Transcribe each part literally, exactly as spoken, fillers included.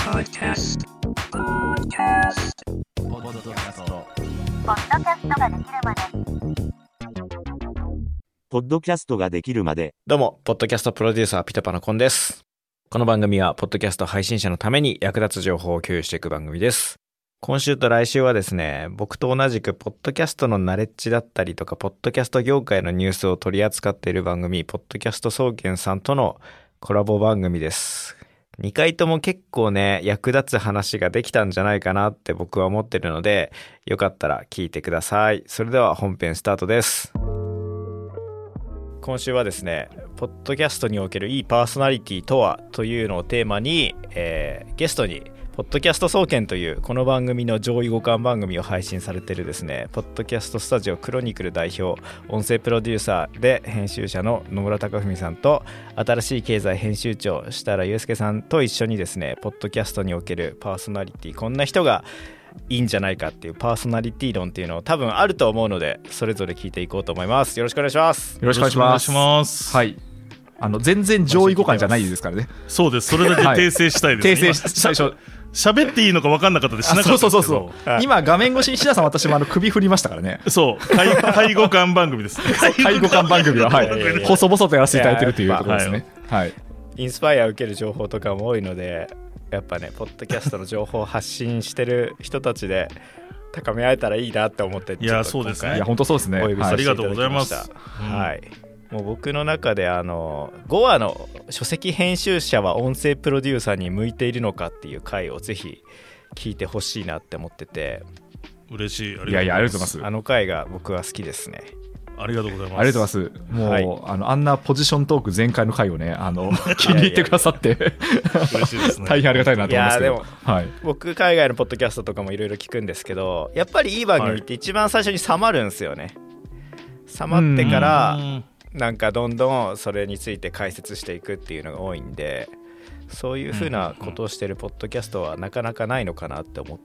Podcast Podcast ポッドキャストポッドキャストができるまでポッドキャストができるまで。 どうもポッドキャストプロデューサーピタパのコンです。この番組はポッドキャスト配信者のために役立つ情報を共有していく番組です。今週と来週はですね、僕と同じくポッドキャストのナレッジだったりとかポッドキャスト業界のニュースを取り扱っている番組ポッドキャスト総研さんとのコラボ番組です。にかいとも結構ね役立つ話ができたんじゃないかなって僕は思ってるので、よかったら聞いてください。それでは本編スタートです。今週はですね、ポッドキャストにおけるいいパーソナリティとはというのをテーマに、えー、ゲストにポッドキャスト総研というこの番組の上位互換番組を配信されているですね、ポッドキャストスタジオクロニクル代表、音声プロデューサーで編集者の野村貴文さんと、新しい経済編集長設楽祐介さんと一緒にですね、ポッドキャストにおけるパーソナリティ、こんな人がいいんじゃないかっていうパーソナリティ論っていうのを多分あると思うので、それぞれ聞いていこうと思います。よろしくお願いします。 よろしくお願いします。ますはい。あの全然上位互換じゃないですからね。 そうです。それだけ訂正したいです、 はい、訂正最初喋っていいのか分かんなかったでしなかったんですけど。 そうそうそうそう、はい、今画面越しに志田さん私もあの首振りましたからね。 そう介護換番組です介護換番組は、はい、細々とやらせていただいてるというところですね、はい、 インスパイアを受ける情報とかも多いので、やっぱねポッドキャストの情報を発信してる人たちで高め合えたらいいなって思って、 いやそうですね、 いや本当そうですね、 お呼びさせていただきました。ありがとうございます、 うん、はい。もう僕の中であのごわの書籍編集者は音声プロデューサーに向いているのかっていう回をぜひ聞いてほしいなって思ってて。 嬉しい。ありがとうございます。 いやいやありがとうございます。 あの回が僕は好きですね。 ありがとうございます。 ありがとうございます。もう、はい、あのあんなポジショントーク全開の回をね、あの気に入ってくださって嬉しいですね。 大変ありがたいなと思いますけど。 いやでも、はい、僕海外のポッドキャストとかもいろいろ聞くんですけど、やっぱりいい番組って一番最初に冷まるんですよね。冷まってからなんかどんどんそれについて解説していくっていうのが多いんで、そういう風なことをしてるポッドキャストはなかなかないのかなって思って、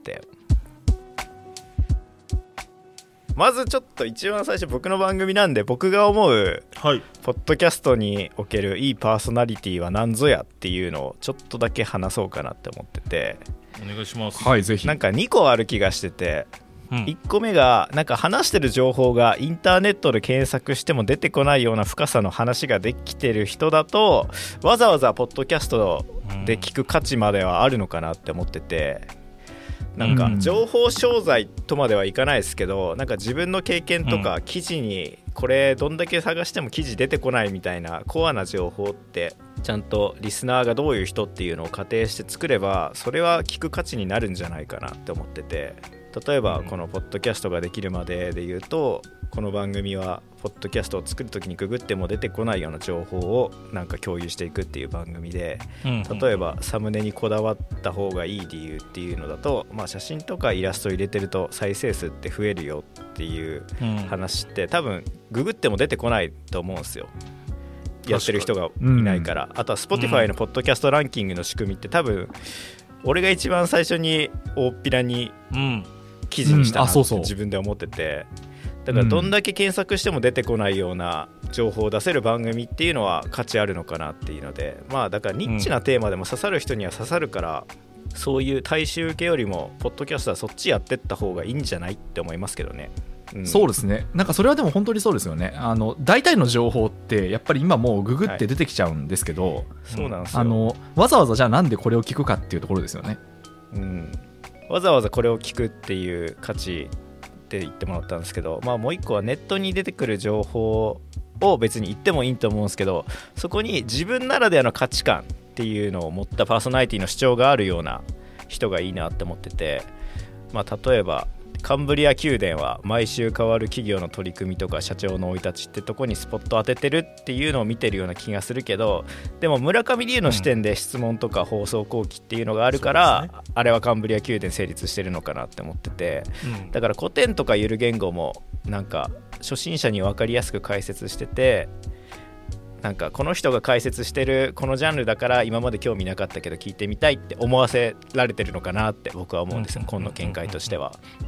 まずちょっと一番最初僕の番組なんで、僕が思うポッドキャストにおけるいいパーソナリティは何ぞやっていうのをちょっとだけ話そうかなって思ってて。 お願いします。 はい、ぜひ。 なんかにこある気がしてて、いっこめがなんか話してる情報がインターネットで検索しても出てこないような深さの話ができてる人だと、わざわざポッドキャストで聞く価値まではあるのかなって思ってて、なんか情報商材とまではいかないですけど、なんか自分の経験とか記事にこれどんだけ探しても記事出てこないみたいなコアな情報ってちゃんとリスナーがどういう人っていうのを仮定して作れば、それは聞く価値になるんじゃないかなって思ってて、例えばこのポッドキャストができるまでで言うと、この番組はポッドキャストを作るときにググっても出てこないような情報をなんか共有していくっていう番組で、例えばサムネにこだわった方がいい理由っていうのだと、まあ写真とかイラスト入れてると再生数って増えるよっていう話って多分ググっても出てこないと思うんですよ、やってる人がいないから。あとは Spotify のポッドキャストランキングの仕組みって多分俺が一番最初に大っぴらに記事にしたなって自分で思ってて、だからどんだけ検索しても出てこないような情報を出せる番組っていうのは価値あるのかなっていうので、まあだからニッチなテーマでも刺さる人には刺さるから、そういう大衆受けよりもポッドキャストはそっちやってった方がいいんじゃないって思いますけどね。うん、そうですね。 なんかそれはでも本当にそうですよね。あの大体の情報ってやっぱり今もうググって出てきちゃうんですけど、はい、 そうなんですよ。 あのわざわざじゃあなんでこれを聞くかっていうところですよね。 うん、わざわざこれを聞くっていう価値って言ってもらったんですけど、まあもう一個はネットに出てくる情報を別に言ってもいいと思うんですけど、そこに自分ならではの価値観っていうのを持ったパーソナリティの主張があるような人がいいなって思ってて、まあ例えばカンブリア宮殿は毎週変わる企業の取り組みとか社長の生い立ちってとこにスポット当ててるっていうのを見てるような気がするけど、でも村上龍の視点で質問とか放送後期っていうのがあるから、うんね、あれはカンブリア宮殿成立してるのかなって思ってて、うん、だから古典とかゆる言語もなんか初心者に分かりやすく解説してて、なんかこの人が解説してるこのジャンルだから今まで興味なかったけど聞いてみたいって思わせられてるのかなって僕は思うんですよ、今の見解としては。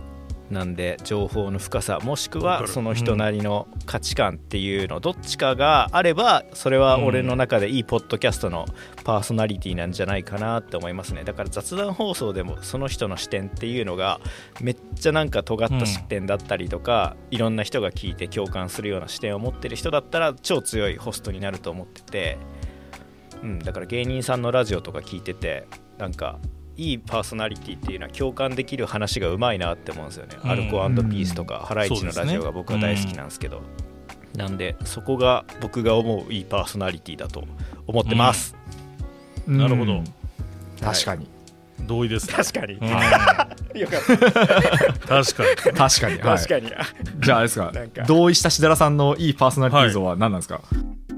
なんで情報の深さもしくはその人なりの価値観っていうのどっちかがあればそれは俺の中でいいポッドキャストのパーソナリティなんじゃないかなって思いますね。だから雑談放送でもその人の視点っていうのがめっちゃなんか尖った視点だったりとか、いろんな人が聞いて共感するような視点を持ってる人だったら超強いホストになると思ってて、うん、だから芸人さんのラジオとか聞いててなんかいいパーソナリティっていうのは共感できる話がうまいなって思うんですよね、うん、アルコ&ピースとかハライチのラジオが僕は大好きなんですけど、うん、なんでそこが僕が思ういいパーソナリティだと思ってます、 うん、なるほど、うん、 確かに、 はい、同意です、ね、 確かに、うん、よかった確かに確かに、はい、 確かにじゃああれですか、同意したしだらさんのいいパーソナリティ像は何なんですか？はい、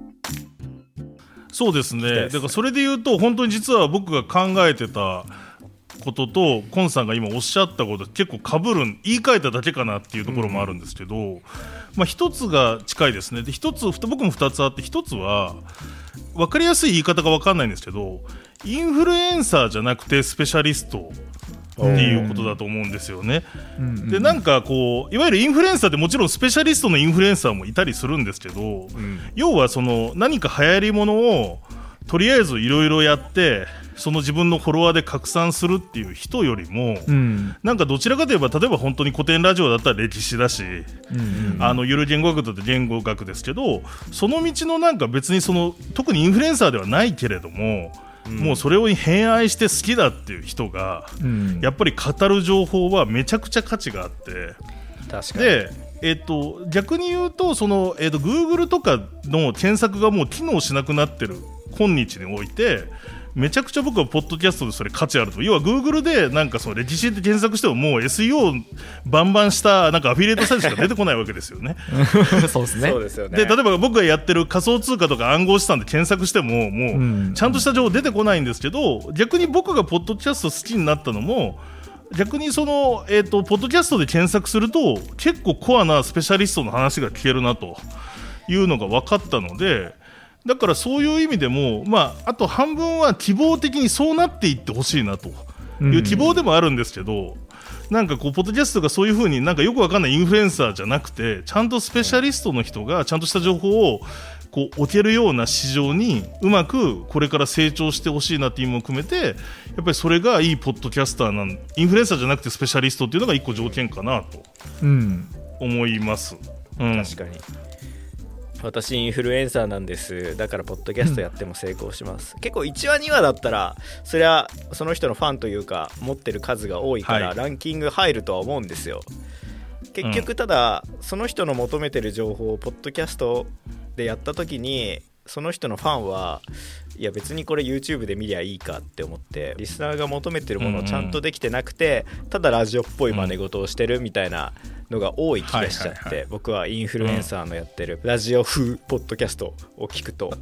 そうですね。だからそれで言うと本当に実は僕が考えてたこととコンさんが今おっしゃったこと結構被るん言い換えただけかなっていうところもあるんですけど、うん、まあ一つが近いですね。で一つ僕も二つあって、一つは分かりやすい言い方が分かんないんですけど、インフルエンサーじゃなくてスペシャリストっていうことだと思うんですよね、うん、でなんかこういわゆるインフルエンサーってもちろんスペシャリストのインフルエンサーもいたりするんですけど、うん、要はその何か流行りものをとりあえずいろいろやってその自分のフォロワーで拡散するっていう人よりも、うん、なんかどちらかといえば例えば本当に古典ラジオだったら歴史だし、うんうん、あのゆる言語学だって言語学ですけど、その道のなんか別にその特にインフルエンサーではないけれどももうそれを偏愛して好きだっていう人が、うん、やっぱり語る情報はめちゃくちゃ価値があって、 確かにで、えー、と逆に言うとその、えー、と Google とかの検索がもう機能しなくなってる今日においてめちゃくちゃ僕はポッドキャストでそれ価値あると。要は Google でなんかその歴史って検索してももう エスイーオー バンバンしたなんかアフィリエイトサイトしか出てこないわけですよねそうですね。 そうですよね。 で例えば僕がやってる仮想通貨とか暗号資産で検索してももうちゃんとした情報出てこないんですけど、逆に僕がポッドキャスト好きになったのも逆にその、えーと、ポッドキャストで検索すると結構コアなスペシャリストの話が聞けるなというのが分かったので、だからそういう意味でも、まあ、あと半分は希望的にそうなっていってほしいなという希望でもあるんですけど、うん、なんかこうポッドキャストがそういう風になんかよくわかんないインフルエンサーじゃなくてちゃんとスペシャリストの人がちゃんとした情報をこう置けるような市場にうまくこれから成長してほしいなっていう意味も含めて、やっぱりそれがいいポッドキャスターなんインフルエンサーじゃなくてスペシャリストっていうのが一個条件かなと思います、うんうん、 確かに私インフルエンサーなんです、だからポッドキャストやっても成功します、うん、結構いちわにわだったらそれはその人のファンというか持ってる数が多いからランキング入るとは思うんですよ。結局ただ、うん、その人の求めてる情報をポッドキャストでやった時にその人のファンはいや別にこれ YouTube で見りゃいいかって思ってリスナーが求めてるものをちゃんとできてなくて、うんうん、ただラジオっぽい真似事をしてるみたいなのが多い気がしちゃって、はいはいはい、僕はインフルエンサーのやってるラジオ風ポッドキャストを聞くと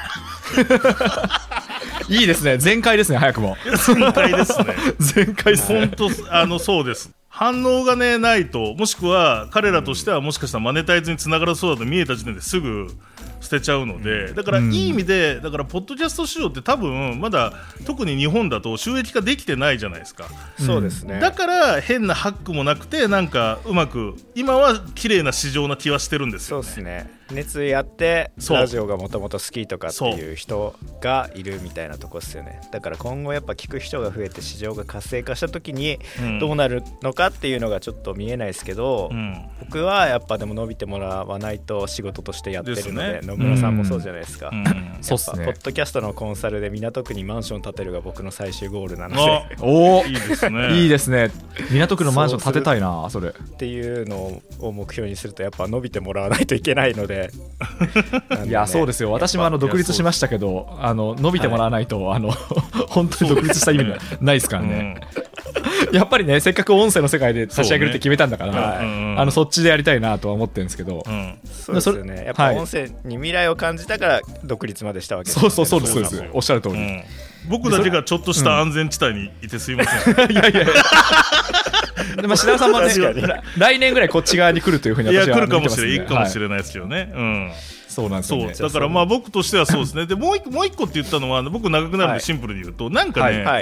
いいですね、全開ですね、早くも全開ですね全開ですね、 本当あのそうです。反応がねないと、もしくは彼らとしてはもしかしたらマネタイズにつながるそうだと見えた時点ですぐ捨てちゃうので、だからいい意味でだからポッドキャスト市場って多分まだ特に日本だと収益化できてないじゃないですか。 そうですね。 だから変なハックもなくてなんかうまく今は綺麗な市場な気はしてるんですよね。 そうですね。熱意あってラジオがもともと好きとかっていう人がいるみたいなとこですよね。だから今後やっぱ聞く人が増えて市場が活性化した時にどうなるのかっていうのがちょっと見えないですけど、うん、僕はやっぱでも伸びてもらわないと仕事としてやってるの で, で、ね、野村さんもそうじゃないですか、うんうん、やっぱポッドキャストのコンサルで港区にマンション建てるが僕の最終ゴールなのでおいいですねいいですね。港区のマンション建てたいな、それっていうのを目標にするとやっぱ伸びてもらわないといけないのでいやそうですよ。私もあの独立しましたけどあの伸びてもらわないと、はい、あの本当に独立した意味がないですからね、うん、やっぱりねせっかく音声の世界で差し上げるって決めたんだから、ね、あのそっちでやりたいなとは思ってるんですけど、うん、 そうですよね。やっぱ音声に未来を感じたから独立までしたわけです、 ね、そうそうそうですそうですおっしゃる通り、うん、 僕だけがちょっとした安全地帯にいてすいません、うん、いやいやいやでも品田さんもね来年ぐらいこっち側に来るというふうに私は見てますんで、 いや来るかもしれない、いいかもしれないですけどね、はい、うんそうなんですよね。 そうだからまあ僕としてはそうですね。でもう一個もう一個って言ったのは僕長くなるんでシンプルに言うと、はい、なんかね、はい、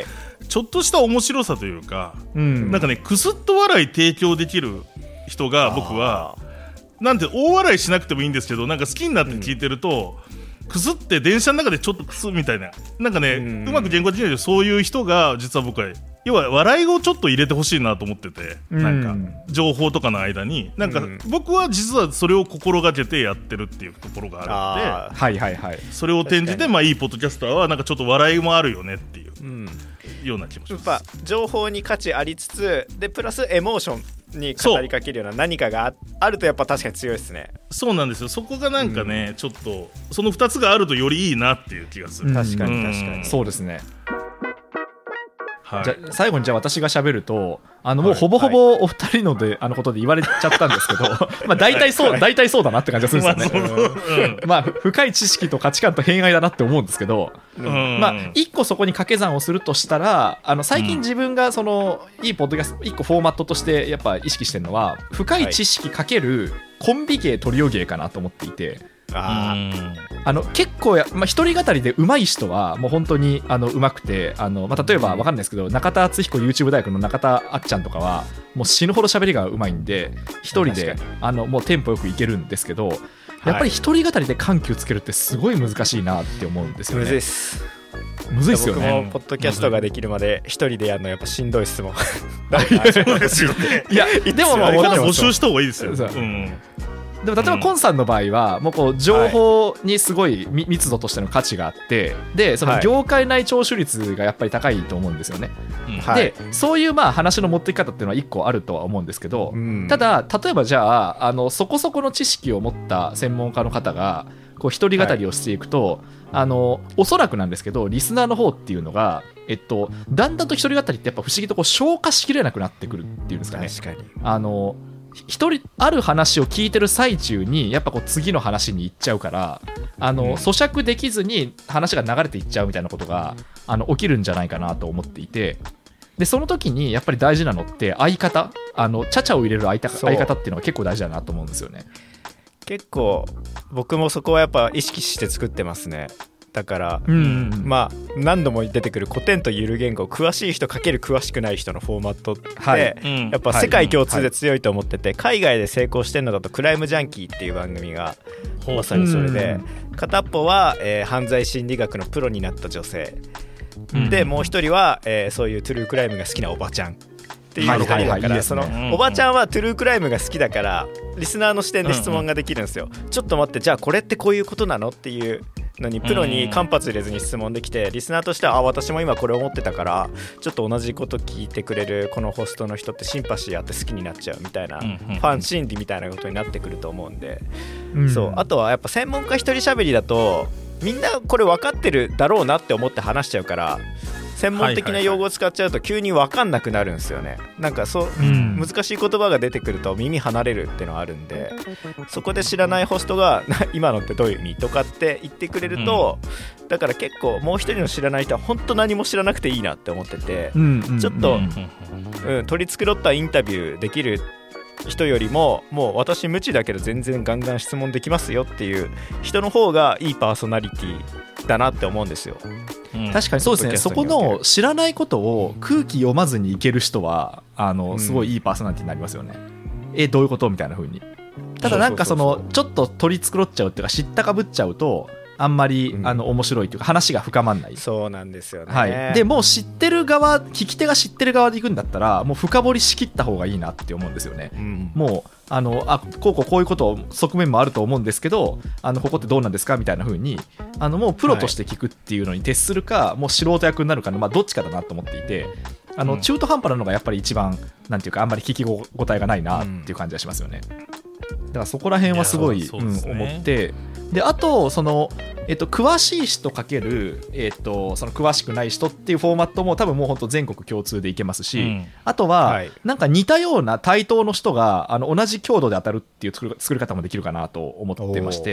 ちょっとした面白さというか、 うん、 なんかねクスッと笑い提供できる人が僕はなんて大笑いしなくてもいいんですけど、なんか好きになって聞いてると、うん、クスって電車の中でちょっとクスみたいな、なんかね、うん、うまく言語できないけどそういう人が実は僕は要は笑いをちょっと入れてほしいなと思ってて、うん、なんか情報とかの間になんか僕は実はそれを心がけてやってるっていうところがあるので、 あ、はいはいはい、 それを転じてまあいいポッドキャスターはなんかちょっと笑いもあるよねっていう、うん、ような気もします。 やっぱ情報に価値ありつつでプラスエモーションに語りかけるような何かが あ, あるとやっぱ確かに強いですね。 そうなんですよ。そこがなんかね、うん、ちょっとそのふたつがあるとよりいいなっていう気がする。 確かに確かに、うん、 そうですね。 はい、 じゃ最後にじゃあ私が喋ると、あのもうほぼほぼお二人ので、はい、あのことで言われちゃったんですけどまあ大体そう、はい、大体そうだなって感じがするんですよね。まあ、うん、まあ深い知識と価値観と偏愛だなって思うんですけど、うん、まあ一個そこに掛け算をするとしたら、あの最近自分がそのいいポッドキャスト一個フォーマットとしてやっぱ意識してるのは、深い知識かけるコンビ芸トリオ芸かなと思っていて、 ああの結構や、まあ、一人語りで上手い人はもう本当にあの上手くて、あの、まあ、例えば分かんないですけど、中田敦彦 YouTube 大学の中田あっちゃんとかはもう死ぬほど喋りが上手いんで、一人であのもうテンポよくいけるんですけど、やっぱり一人語りで緩急つけるってすごい難しいなって思うんですよね。 むずいっす。 むずいっすよね。 僕もポッドキャストができるまで一人でやるのやっぱしんどいっすもん。 そうですよね。 いやでももう募集した方がいいですよ。うんでも例えばコンさんの場合はもうこう情報にすごい密度としての価値があって、でその業界内聴取率がやっぱり高いと思うんですよね、はい、でそういうまあ話の持っていき方っていうのは一個あるとは思うんですけど、うん、ただ例えばじゃあ、あのそこそこの知識を持った専門家の方がこう一人語りをしていくと、はい、あのおそらくなんですけどリスナーの方っていうのが、えっと、だんだんと一人語りってやっぱ不思議とこう消化しきれなくなってくるっていうんですかね。 確かにあの一人ある話を聞いてる最中にやっぱこう次の話に行っちゃうから、あの、うん、咀嚼できずに話が流れていっちゃうみたいなことがあの起きるんじゃないかなと思っていて、でその時にやっぱり大事なのって相方、あのチャチャを入れる相方、相方っていうのが結構大事だなと思うんですよね。 結構僕もそこはやっぱ意識して作ってますね。だから、 うんうんうん、 まあ何度も出てくる古典とゆる言語、詳しい人かける詳しくない人のフォーマットって、はい、やっぱ世界共通で強いと思ってて、海外で成功してるのだとクライムジャンキーっていう番組がまさにそれで、片っぽは、えー、犯罪心理学のプロになった女性で、もう一人は、えー、そういうトゥルークライムが好きなおばちゃんっていうふたりだから、そのおばちゃんはトゥルークライムが好きだからリスナーの視点で質問ができるんですよ。ちょっと待って、じゃあこれってこういうことなのっていうのにプロに間髪入れずに質問できて、リスナーとしてはあ私も今これ思ってたからちょっと同じこと聞いてくれるこのホストの人ってシンパシーあって好きになっちゃうみたいな、ファン心理みたいなことになってくると思うんで、そうあとはやっぱ専門家一人喋りだとみんなこれ分かってるだろうなって思って話しちゃうから、専門的な用語を使っちゃうと急に分かんなくなるんですよね。なんかそう、うん、難しい言葉が出てくると耳離れるっていうのがあるんで、そこで知らないホストが今のってどういう意味とかって言ってくれると、うん、だから結構もう一人の知らない人は本当何も知らなくていいなって思ってて、うんうん、ちょっと、うんうん、取り繕ったインタビューできる人よりももう私無知だけど全然ガンガン質問できますよっていう人の方がいいパーソナリティだなって思うんですよ。 うん、確かにそうですね。そこの知らないことを空気読まずにいける人はあのすごいいいパーソナリティになりますよね、うん、えどういうことみたいな風に。ただなんかそのちょっと取り繕っちゃうっていうか知ったかぶっちゃうとあんまり、うん、あの面白いというか話が深まんない。 そうなんですよね、 はい、でもう知ってる側、聞き手が知ってる側で行くんだったらもう深掘りしきった方がいいなって思うんですよね、うん、もうあのあこうこうこういうこと側面もあると思うんですけど、あのここってどうなんですかみたいな風にあのもうプロとして聞くっていうのに徹するか、はい、もう素人役になるかの、まあ、どっちかだなと思っていて、あの中途半端なのがやっぱり一番なんていうかあんまり聞き応えがないなっていう感じがしますよね。だからそこら辺はすごい、うん、思って、であとその、えっと、詳しい人かける、えっと、その詳しくない人っていうフォーマットも多分もう本当全国共通でいけますし、うん、あとは、はい、なんか似たような対等の人があの同じ強度で当たるっていう作る、作り方もできるかなと思ってまして、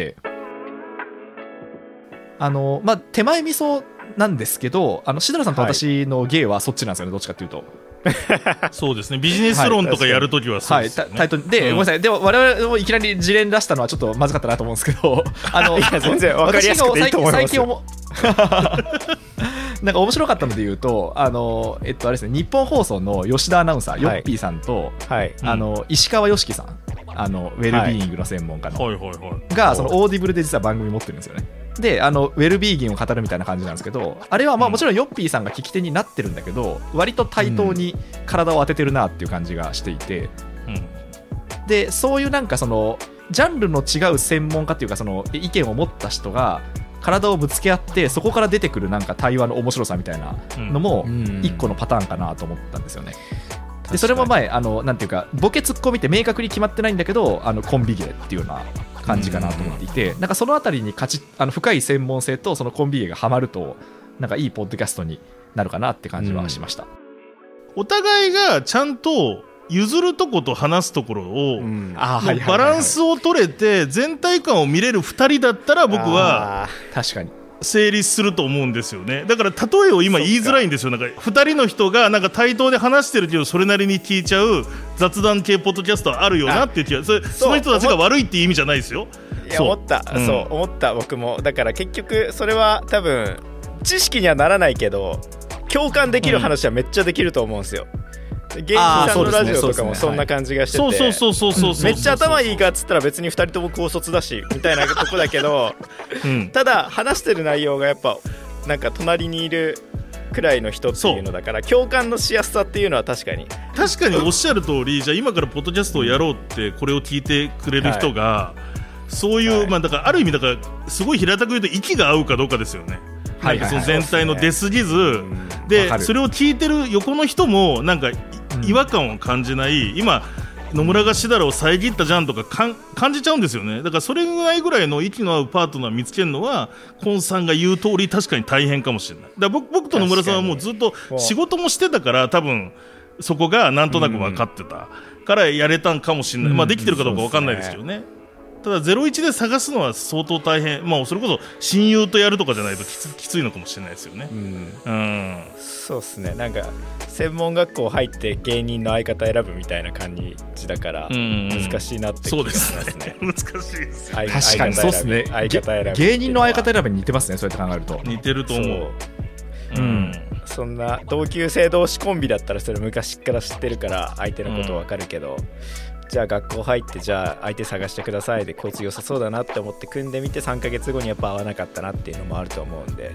あの、まあ、手前味噌なんですけど、あのしだらさんと私の芸はそっちなんですよね、どっちかっていうと。 そうですね、ビジネス論とかやるときはそうですよね、 はい、タイトで、うん、ごめんなさい、でも我々もいきなり事例出したのはちょっとまずかったなと思うんですけど、あのいや全然分かりやすくていいと思いますよ。 なんか面白かったので言うと、あの、えっと、あれですね、日本放送の吉田アナウンサー、 はいヨッピーさんと、 はい、 あの、石川良樹さん、あの、ウェルビーイングの専門家の、 はいはいはい、 が、そのオーディブルで実は番組持ってるんですよね。で、あの、ウェルビーイングを語るみたいな感じなんですけど、あれはまあもちろんヨッピーさんが聞き手になってるんだけど、割と対等に体を当ててるなっていう感じがしていて、うん、で、そういうなんかその、ジャンルの違う専門家っていうか、その意見を持った人が体をぶつけ合って、そこから出てくるなんか対話の面白さみたいなのも一個のパターンかなと思ったんですよね。でそれも前あのなんていうか、ボケツッコミって明確に決まってないんだけど、あのコンビ芸っていうような感じかなと思っていて、なんかそのあたりに勝ちあの深い専門性とそのコンビ芸がはまると、なんかいいポッドキャストになるかなって感じはしました。 お互いがちゃんと譲るとこと話すところを、うん、バランスを取れて全体感を見れるふたりだったら、僕は確かに成立すると思うんですよね。だから例えを今言いづらいんですよ。なんかふたりの人がなんか対等で話してるけど、それなりに聞いちゃう雑談系ポッドキャストはあるよなって言って、それその人たちが悪いっていう意味じゃないですよ。 いや思った、うん、そう思った僕も。だから結局それは多分知識にはならないけど、共感できる話はめっちゃできると思うんですよ。芸人さんのラジオとかもそんな感じがしてて、 そうそうそうそうそう、 めっちゃ頭いいかっつったら別にふたりとも高卒だしみたいなとこだけど、うん、ただ話してる内容がやっぱなんか隣にいるくらいの人っていうのだから、共感のしやすさっていうのは確かに確かにおっしゃる通り、じゃあ今からポッドキャストをやろうってこれを聞いてくれる人が、はい、そういう、はい、まあだからある意味だからすごい平たく言うと息が合うかどうかですよね。なんかその全体の出過ぎずで、それを聞いてる横の人もなんか違和感を感じない、今野村がしだらを遮ったじゃんとかかん感じちゃうんですよね。だからそれぐらいぐらいの息の合うパートナーを見つけるのは、コンさんが言う通り確かに大変かもしれない。だから 僕, 僕と野村さんはもうずっと仕事もしてたから、多分そこがなんとなく分かってたからやれたんかもしれない、まあ、できてるかどうか分かんないですけどね。ただゼロイチで探すのは相当大変、まあ、それこそ親友とやるとかじゃないとき つ, きついのかもしれないですよね。うんうん、 そうですね。なんか専門学校入って芸人の相方選ぶみたいな感じだから難しいなって気がしますね。 難しいです。 確かにそうですね。相方選ぶ芸人の相方選ぶに似てますね。そうやって考えると似てると思う。 う、うん、そんな同級生同士コンビだったらそれ昔から知ってるから相手のこと分かるけど、うん、じゃあ学校入ってじゃあ相手探してくださいで、こいつ良さそうだなって思って組んでみてさんかげつごにやっぱ合わなかったなっていうのもあると思うんで、うん、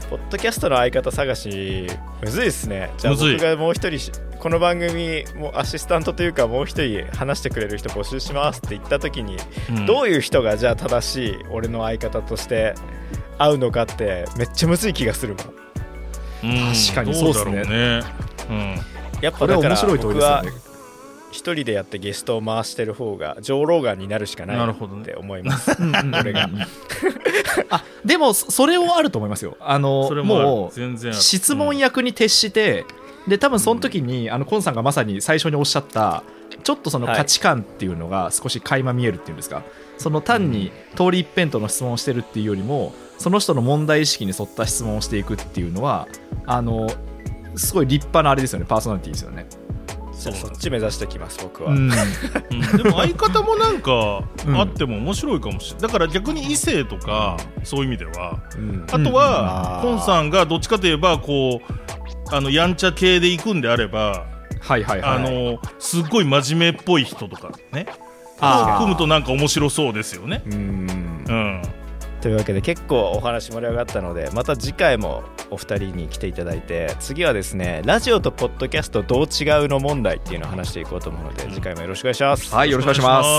ポッドキャストの相方探しむずいですね。じゃあ僕がもう一人この番組もアシスタントというかもう一人話してくれる人募集しますって言った時に、うん、どういう人がじゃあ正しい俺の相方として合うのかってめっちゃむずい気がするもん。 うん、確かにそうですね。 うん、やっぱだから僕は一人でやってゲストを回してる方が上ローガンになるしかないって思います。俺があでもそれはあると思いますよ。あのもう質問役に徹して、うん、で多分その時に、うん、あのコンさんがまさに最初におっしゃったちょっとその価値観っていうのが少し垣間見えるっていうんですか、はい、その単に通り一辺倒の質問をしてるっていうよりも、その人の問題意識に沿った質問をしていくっていうのは、あのすごい立派なあれですよね、パーソナリティですよね。 そうそっち目指してきます僕は、うんうん、でも相方もなんかあっても面白いかもしれない。だから逆に異性とかそういう意味では、うん、あとはコンさんがどっちかといえばこうあのやんちゃ系で行くんであれば、 はいはいはい、 あのすっごい真面目っぽい人とかね組むとなんか面白そうですよね。うん、うんというわけで結構お話盛り上がったので、また次回もお二人に来ていただいて、次はですねラジオとポッドキャストどう違うの問題っていうのを話していこうと思うので、次回もよろしくお願いします。 はい、よろしくお願いします。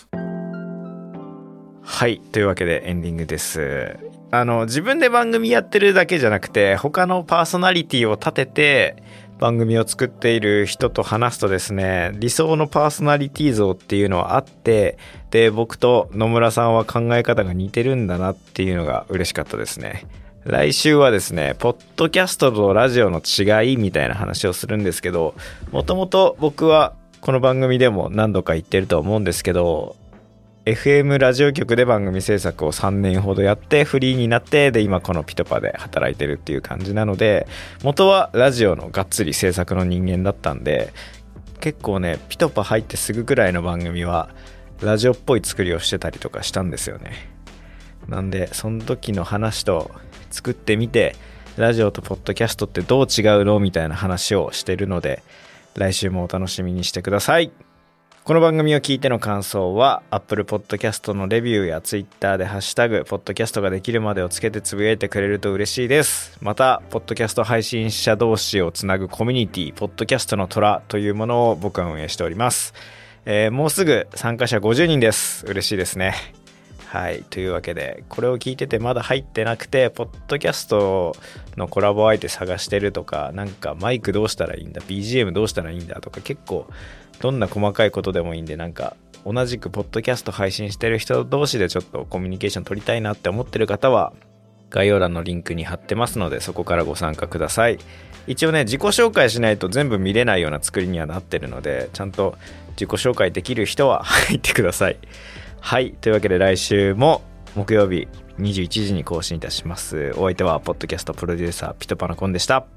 はい、というわけでエンディングです。あの自分で番組やってるだけじゃなくて、他のパーソナリティを立てて番組を作っている人と話すとですね、理想のパーソナリティ像っていうのはあって、で僕と野村さんは考え方が似てるんだなっていうのが嬉しかったですね。来週はですねポッドキャストとラジオの違いみたいな話をするんですけど、もともと僕はこの番組でも何度か言ってると思うんですけど、 エフエム ラジオ局で番組制作をさんねんほどやってフリーになって、で今このピトパで働いてるっていう感じなので、元はラジオのがっつり制作の人間だったんで、結構ねピトパ入ってすぐくらいの番組はラジオっぽい作りをしてたりとかしたんですよね。なんでその時の話と作ってみて、 ラジオとポッドキャストってどう違うのみたいな話をしてるので、来週もお楽しみにしてください。この番組を聞いての感想は Apple Podcast のレビューや Twitter でハッシュタグポッドキャストができるまでをつけてつぶやいてくれると嬉しいです。またポッドキャスト配信者同士をつなぐコミュニティポッドキャストの虎というものを僕は運営しております。えー、もうすぐ参加者ごじゅうにんです。嬉しいですね。はい、というわけでこれを聞いててまだ入ってなくてポッドキャストのコラボ相手探してるとか、なんかマイクどうしたらいいんだ ビージーエム どうしたらいいんだとか、結構どんな細かいことでもいいんで、なんか同じくポッドキャスト配信してる人同士でちょっとコミュニケーション取りたいなって思ってる方は概要欄のリンクに貼ってますので、そこからご参加ください。一応ね、自己紹介しないと全部見れないような作りにはなってるので、ちゃんと自己紹介できる人は入ってください。はい、というわけで来週も木曜日にじゅういちじに更新いたします。お相手はポッドキャストプロデューサーピトパナコンでした。